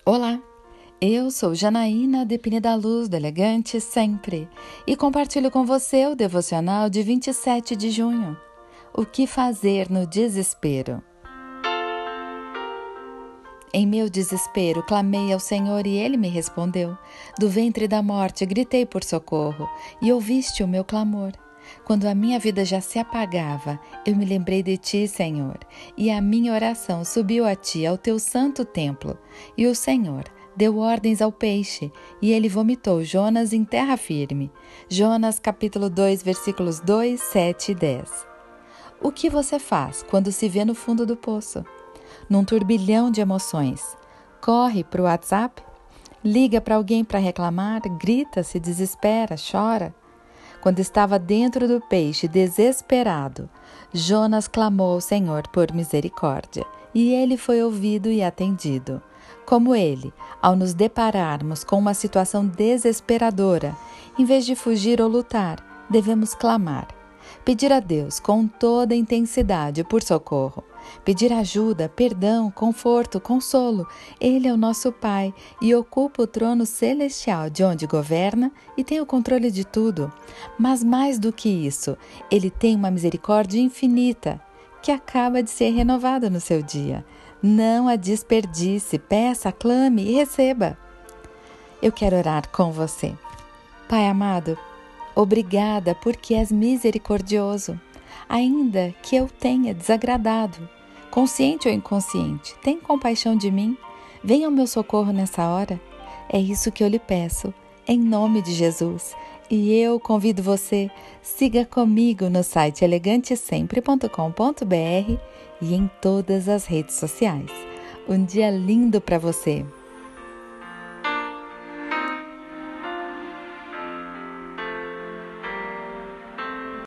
Olá, eu sou Janaína de Pineda Luz, do Elegante Sempre, e compartilho com você o devocional de 27 de junho. O que fazer no desespero? Em meu desespero, clamei ao Senhor e Ele me respondeu. Do ventre da morte, gritei por socorro e ouviste o meu clamor. Quando a minha vida já se apagava, eu me lembrei de Ti, Senhor, e a minha oração subiu a Ti, ao Teu santo templo. E o Senhor deu ordens ao peixe, e ele vomitou Jonas em terra firme. Jonas capítulo 2, versículos 2, 7 e 10. O que você faz quando se vê no fundo do poço? Num turbilhão de emoções. Corre para o WhatsApp? Liga para alguém para reclamar? Grita, se desespera, chora? Quando estava dentro do peixe, desesperado, Jonas clamou ao Senhor por misericórdia, e ele foi ouvido e atendido. Como ele, ao nos depararmos com uma situação desesperadora, em vez de fugir ou lutar, devemos clamar. Pedir a Deus com toda a intensidade por socorro. Pedir ajuda, perdão, conforto, consolo. Ele é o nosso Pai e ocupa o trono celestial de onde governa e tem o controle de tudo. Mas mais do que isso, Ele tem uma misericórdia infinita que acaba de ser renovada no seu dia. Não a desperdice, peça, clame e receba. Eu quero orar com você. Pai amado, obrigada porque és misericordioso. Ainda que eu tenha desagradado, consciente ou inconsciente, tem compaixão de mim. Venha ao meu socorro nessa hora. É isso que eu lhe peço, em nome de Jesus. E eu convido você, siga comigo no site elegantesempre.com.br e em todas as redes sociais. Um dia lindo para você!